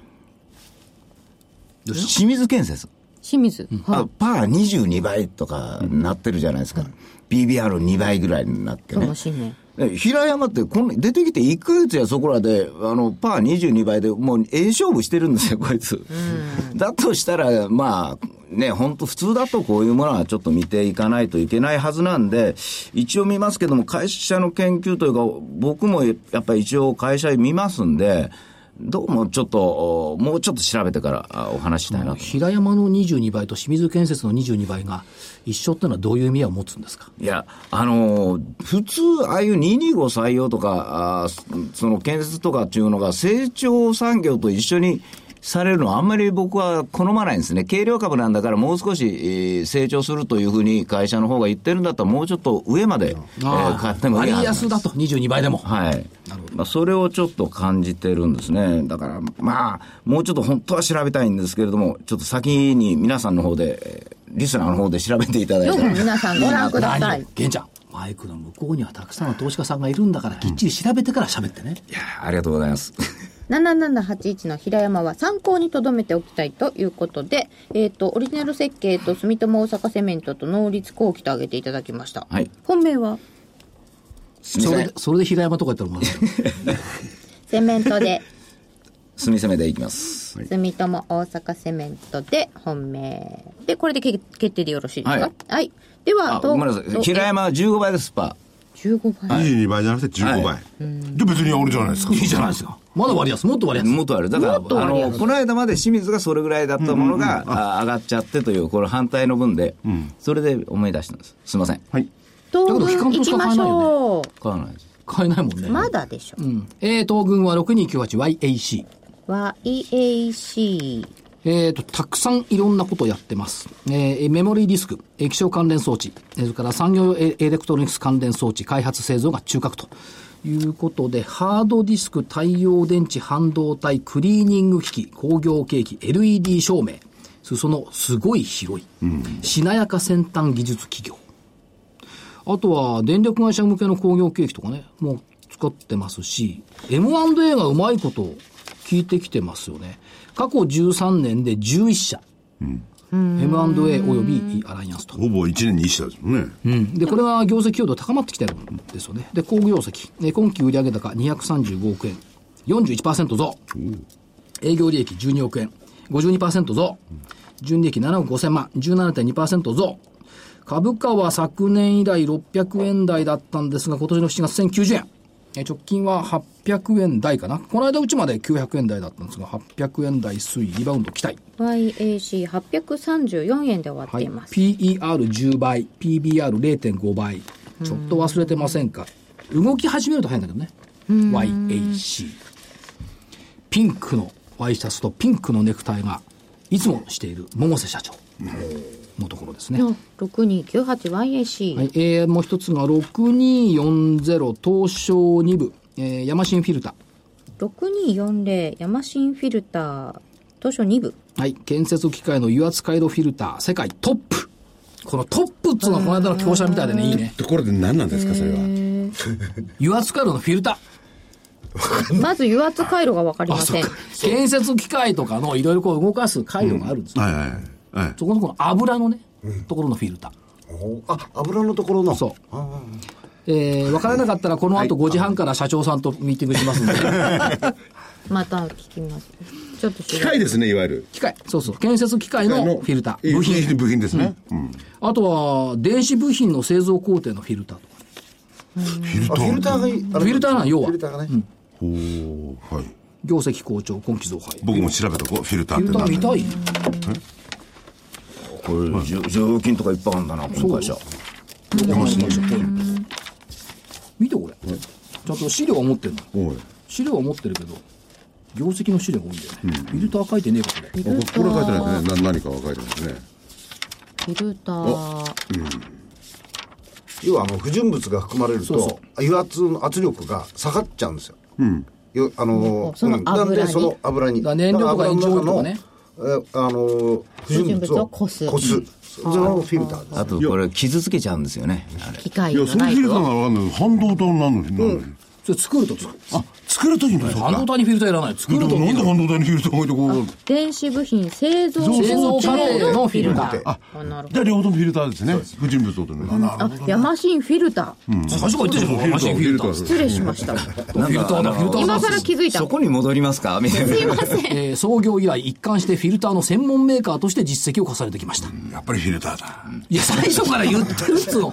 清水建設。 清水、 うん、はい、パーにじゅうにばいとかなってるじゃないですか、うん、ピービーアールに 倍ぐらいになってね。 かもしんない。 平山ってこの出てきていっかげつやそこらであのパーにじゅうにばいでもうええ勝負してるんですよこいつ、うん、だとしたらまあね本当普通だとこういうものはちょっと見ていかないといけないはずなんで、一応見ますけども会社の研究というか僕もやっぱり一応会社見ますんで、どうもちょっともうちょっと調べてからお話したいなと。 平山のにじゅうにばいと清水建設のにじゅうにばいが一緒っていうのはどういう意味を持つんですか。 いやあの普通ああいうにひゃくにじゅうご採用とかあその建設とかっていうのが成長産業と一緒にされるのはあんまり僕は好まないんですね。軽量株なんだからもう少し、えー、成長するというふうに会社の方が言ってるんだったらもうちょっと上まで、えー、買ってもいいはずなんです。 割安だとにじゅうにばいでも、 はい、なるほど。まあ、それをちょっと感じてるんですね。だからまあもうちょっと本当は調べたいんですけれども、ちょっと先に皆さんの方でリスナーの方で調べていただいて、 皆さんご覧ください。 玄ちゃんマイクの向こうにはたくさんの投資家さんがいるんだからきっちり調べてから喋ってね、 うん、いやありがとうございますななななはちいちの平山は参考に留めておきたいということで、えっ、ー、と、オリジナル設計と住友大阪セメントと能率後期と挙げていただきました。 はい。 本命はそれで、それで平山とか言ったらもうセメントで。 住攻めでいきます。 住友大阪セメントで本命。で、これで決定でよろしいですか。はい。はい、では、 ごめんなさい。平山はじゅうごばいです、パー。 じゅうごばい。 にじゅうにばいじゃなくてじゅうごばい。はい、で別にあるじゃないですか。 いいじゃないですか。まだ割安、もっと割安。 もっと割安。だから、あの、この間まで清水がそれぐらいだったものが、うんうんうん、上がっちゃってという、これ反対の分で、うん、それで思い出したんです。すいません。 はい。東軍行きましょう。 買わないです。 買えないもんね。 まだでしょ。 うん。えー、東軍はろくにきゅうはちワイエーシー。 ワイエーシー。 えっ、と、たくさんいろんなことをやってます。えー、メモリーディスク、液晶関連装置、それから産業エレクトロニクス関連装置、開発製造が中核ということで、ハードディスク、太陽電池、半導体、クリーニング機器、工業計器、エルイーディー 照明、そのすごい広い、うん、しなやか先端技術企業。あとは、電力会社向けの工業計器とかね、もう使ってますし、エムアンドエー がうまいことを聞いてきてますよね。過去じゅうさんねんでじゅういっしゃ、うん、エムアンドエー およびアライアンスと。 ほぼいちねんにいっしゃですもんね。 うん。で、これは業績強度高まってきてるんですよね。で、好業績。今期売上高にひゃくさんじゅうごおくえん。よんじゅういちパーセント 増。営業利益じゅうにおくえん。ごじゅうにパーセント 増。純利益ななおくごせんまん。じゅうななてんにパーセント 増。株価は昨年以来ろっぴゃくえん台だったんですが、今年のしちがつせんきゅうじゅうえん。直近ははっぴゃくえん台かな。この間うちまできゅうひゃくえん台だったんですが、はっぴゃくえん台推移、リバウンド期待。 ワイエーシーはっぴゃくさんじゅうよんえんで終わっています。 はい、ピーイーアールじゅう 倍、ピービーアールれいてんご 倍。ちょっと忘れてませんか。動き始めると変だけどね。ワイエーシー。ピンクのワイシャツとピンクのネクタイがいつもしている百瀬社長のところですね。 ろくにきゅうはちワイエーシー。 はい、えー、もう一つがろくによんゼロ東証に部、えー、ヤマシンフィルター。 ろくによんゼロヤマシンフィルター、東証に部。 はい、建設機械の油圧回路フィルター、世界トップ。このトップっつうのはこの間の強者みたいでね、いいね。 ところで何なんですか、それは。 油圧回路のフィルター。 まず油圧回路が分かりません。 建設機械とかのいろいろこう動かす回路があるんですよ。 うん、はいはいはい。 そこのこの油のね、うん、ところのフィルター。あ、油のところの。 そう。えー、分からなかったらこの後ごじはんから社長さんとミーティングしますので。 また聞きます。ちょっと機械ですね、いわゆる。 機械。そうそう。建設機械のフィルター。 部品。部品ですね。 うんうん、あとは、電子部品の製造工程のフィルターとか。 フィルターフィルターがいい。 フィルターな、要は。 フィルターがね。うんほう、はい。 業績好調、今期増配。 僕も調べとこう、フィルターって何。フィルター見たい。これ、剰余金とかいっぱいあるんだな、この会社。 見てこれ。ちゃんと資料は持ってるの。資料は持ってるけど、業績の資料が多いんだよね。うん、フィルター書いてねえか、これ。 これ書いてないですね。何かは書いてますね。 フィルター。 要は、あの、不純物が含まれると、そうそう油圧の圧力が下がっちゃうんですよ。うん。よあのー、 その油に。 なんで、その油に。 燃料とかエンジンオイルとかね。 えあのー、不純物をこす。 こす。そのフィルターです。 あと、これ、傷つけちゃうんですよね。 機械の。いや、そのフィルターがわかんない。半導体になるのに。うん。 それ作ると作る。 あ、作るときに半導体にフィルターいらない。作るときに。 なんで半導体にフィルター置いてこう。 電子部品製造製造過程のフィルター。 あ、じゃあ両方ともフィルターですね。不純物とね。 あ、ヤマシンフィルター。最初から言ってるじゃん、ヤマシンフィルター。 失礼しました。 フィルターだ、フィルター。 今更気づいた。 そこに戻りますかみたいな。 すいません。 えー、創業以来一貫してフィルターの専門メーカーとして実績を重ねてきました。 やっぱりフィルターだ。 いや、最初から言ってるっつうの。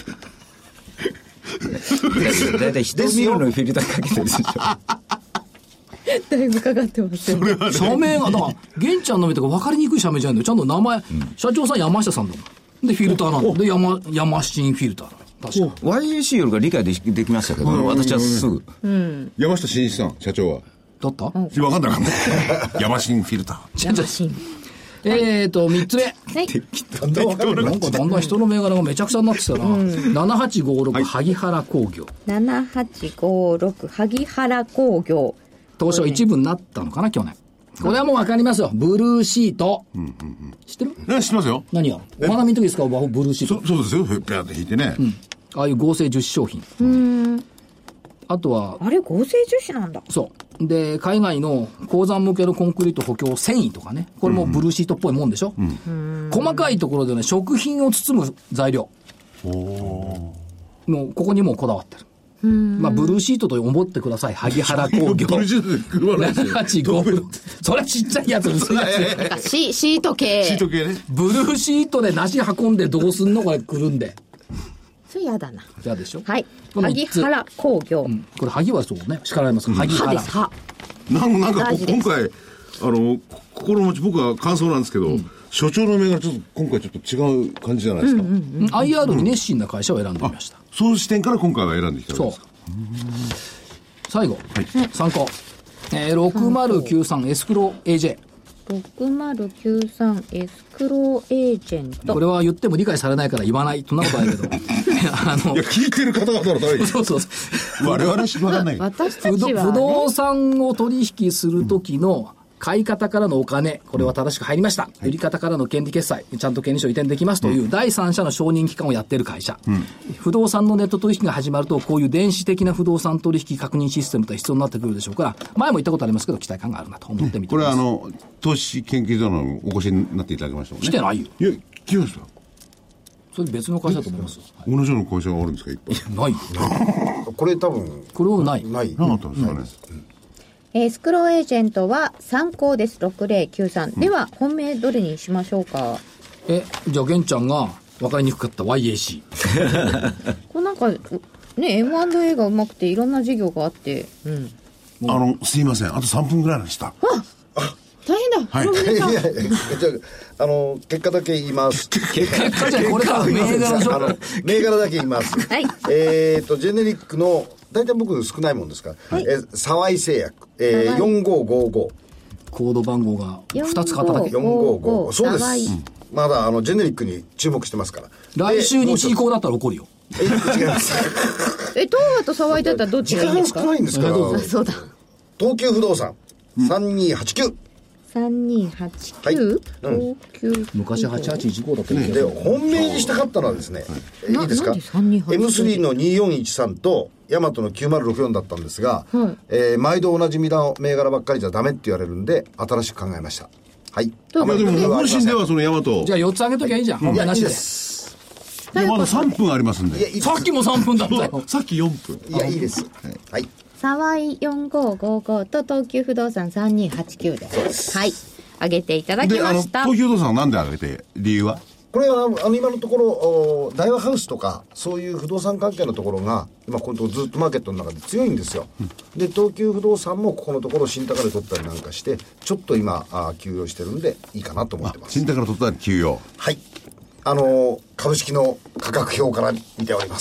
だいたい人を見るのにフィルターかけてるでしょ。 だいぶかかってますよね。 社名が、だから、玄ちゃんの目とか分かりにくい社名じゃないんだよ。ちゃんと名前、うん、社長さん山下さんだもん。で、フィルターなんだ。で、山、山シンフィルターだ。確か。 ワイエーシー よりが理解でき、できましたけど、うん、私はすぐ。 うん。 山下真一さん、社長は。 だった？ 分かんなかった。山シンフィルター。 山シン。 えーと、三つ目。はい。なんかだんだん人の銘柄がめちゃくちゃになってきたな。うん、ななはちごろく、萩原工業。 ななはちごろく、萩原工業。 東証一部になったのかな、去年。これはもうわかりますよ。ブルーシート。うんうんうん、知ってる？ え、知ってますよ。 何やお花見の時ですか、ブルーシート。 そ、そうですよ。ペアって引いてね。うん。 ああいう合成樹脂商品。 うん。 あとは。 あれ、合成樹脂なんだ。 そう。で、海外の鉱山向けのコンクリート補強繊維とかね。これもブルーシートっぽいもんでしょ。うん。細かいところでね、食品を包む材料。おもう、ここにもこだわってる。まあ、ブルーシートと思ってください。萩原工業。 ブルーシートで組まないですよ。 ななはちご。それちっちゃいやつ、薄いやつ。 なんかシ、シート系。 シート系ね。 ブルーシートで梨運んでどうすんのこれくるんで。 それやだな。 嫌でしょ。 はい。萩原工業。 うん、これ萩はそうね。叱られます。萩原。です、は。 なんなんか今回、あの、心持ち、僕は感想なんですけど、うん、所長の銘柄ちょっと今回ちょっと違う感じじゃないですか。うんうんうん、アイアール に熱心な会社を選んでみました。 そういう視点から今回は選んできたんですか。 最後、はい、参考、えー、ろくまるきゅうさんエスクロ エージェー、 ろくまるきゅうさんエスクローエージェント。 これは言っても理解されないから言わない。そんなことないけど。 あのいや、聞いてる方々のために。 そうそうそう。 我々知らない。 私たちは、ね、 不動産を取引するときの、買い方からのお金、これは正しく入りました。売り方からの権利決済、ちゃんと権利書移転できますという第三者の承認機関をやっている会社。うん、不動産のネット取引が始まると、こういう電子的な不動産取引確認システムと必要になってくるでしょうから、前も言ったことありますけど、期待感があるなと思ってみてます。 これはあの、投資研究所のお越しになっていただきましたもんね。 来てないよ。 いや、来ました。 それ別の会社だと思います。 同じような会社があるんですか、いっぱい。 ないよ。 これ多分。 これはない。 ない。 なかったんですかね。うんエスクローエージェントは参考です。ろくぜろきゅうさん、うん、では本命どれにしましょうか。 えじゃあ玄ちゃんが分かりにくかった ワイエーシーこれなんかね エムアンドエー がうまくていろんな事業があって、うん、 あのすいませんあとさんぷんぐらいでした。 あ大変だ、はい、 いやいやじゃあ、あの結果だけ言います。 結果じゃこれから銘柄あの銘柄だけ言います。 はい、 えっとジェネリックの大体僕少ないもんですから、はい、え沢井製薬、えー、よんごーごーごコード番号がふたつ買っただけ。 よんごーごーそうです、うん、まだあのジェネリックに注目してますから。 来週日移行だったら怒るよ。 え違いますえ東和と沢井だったらどっちがいいですか。 時間少ないんですから。 あそうだ東急不動産、うん、さんにーはちきゅうさんにーはちきゅう、はい、東急昔はちはちいちごだったんで、本命にしたかったのはですね、はい、いいですか エムスリー のにーよんいちさんとヤマトのきゅうまるろくよんだったんですが、はい、えー、毎度同じ銘柄ばっかりじゃダメって言われるんで新しく考えました。はい。 あまりでも本心ではそのヤマトじゃあよっつあげときゃいいじゃん。本命なしで。 いやまださんぷんありますんで。 いやいいさっきもさんぷんだったよ。 さっきよんぷん。 いやいいです。はい。 沢井よんごーごーごーと東急不動産さんにーはちきゅうです。そうです。はい。上げていただきました。 で、あの東急不動産は何で上げて理由は？ これはあの今のところ大和ハウスとかそういう不動産関係のところが今このところずっとマーケットの中で強いんですよ、うん、で東急不動産もここのところ新高で取ったりなんかしてちょっと今あ休養してるんでいいかなと思ってます。 新高で取ったり休養、 はい、あの株式の価格表から見ております。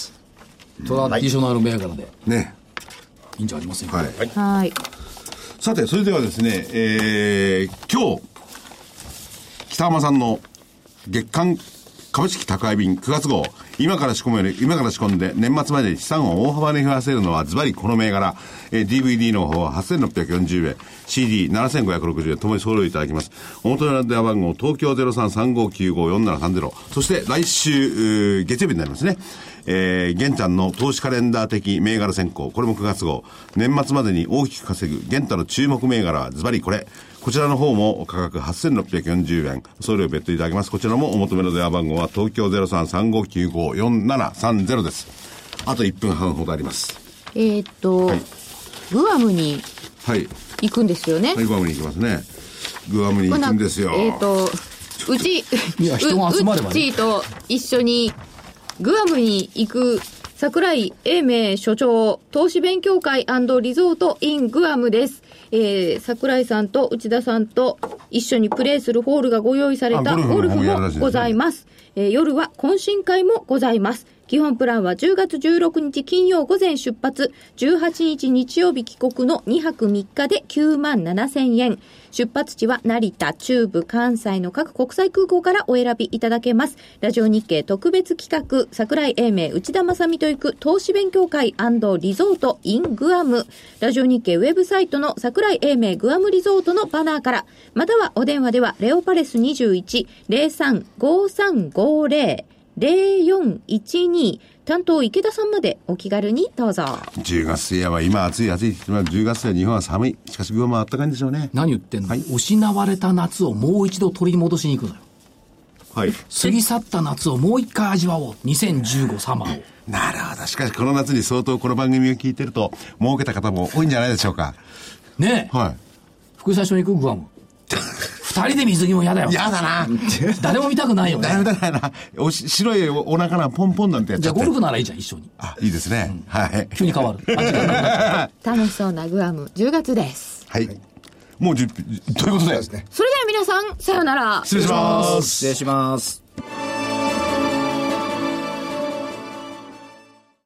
トラディショナル銘柄でねいいんじゃありませんか。 はい、 はいはい、 さてそれではですね、えー、今日北浜さんの月間株式宅配便くがつ号、今から仕込める、今から仕込んで年末までに資産を大幅に増やせるのはズバリこの銘柄、えー、ディーブイディー の方ははっせんろっぴゃくよんじゅうえん、シーディーななせんごひゃくろくじゅうえんともに送料いただきます。お求めの電話番号東京 ゼロさんさんごきゅうごよんななさんゼロ、 そして来週月曜日になりますね、えー、玄ちゃんの投資カレンダー的銘柄選考、これもくがつ号、年末までに大きく稼ぐ玄太の注目銘柄はズバリこれ。こちらの方も価格はっせんろっぴゃくよんじゅうえん、送料別途いただきます。こちらもお求めの電話番号は東京 ゼロさんさんごきゅうごよんななさんゼロ です。あといっぷんはんほどあります。 えー、っと、はい、グアムに行くんですよね。 はい、グアムに行きますね。グアムに行くんですよ。 えー、っとうちいや人が集まればね、 うちと一緒にグアムに行く櫻井英明所長投資勉強会&リゾート in グアムです。えー、櫻井さんと内田さんと一緒にプレーするホールがご用意されたゴルフもございます。えー、夜は懇親会もございます。基本プランはじゅうがつじゅうろくにち金曜午前出発、じゅうはちにち日曜日帰国のにはくみっかできゅうまんななせんえん。出発地は成田、中部、関西の各国際空港からお選びいただけます。ラジオ日経特別企画、櫻井英明、内田正美と行く投資勉強会&リゾート in グアム。ラジオ日経ウェブサイトの櫻井英明グアムリゾートのバナーから、またはお電話ではレオパレスにじゅういち ゼロさん ごさんごゼロゼロよんいちに 担当池田さんまでお気軽にどうぞ。 じゅうがつ末は今暑い暑い、じゅうがつ末は日本は寒い。しかしグアムは暖かいんでしょうね。 何言ってんの、はい、失われた夏をもう一度取り戻しに行くのよ。 はい、 過ぎ去った夏をもう一回味わおう。にせんじゅうごサマーを。 なるほど。しかしこの夏に相当この番組を聞いてると儲けた方も多いんじゃないでしょうか。 ねえ、 はい、 副社長に行くグアム二人で水着も嫌だよ。 嫌だな。 誰も見たくないよね。 誰も見たくないな。おし白いお腹がポンポンなんてやっちゃって。 じゃあゴルフならいいじゃん、一緒に。 あ、いいですね。うん、はい。 急に変わる。 楽しそうなグアムじゅうがつです。 はい。もうじゅっぷんということで。 それでは皆さんさようなら。 失礼します。 失礼します。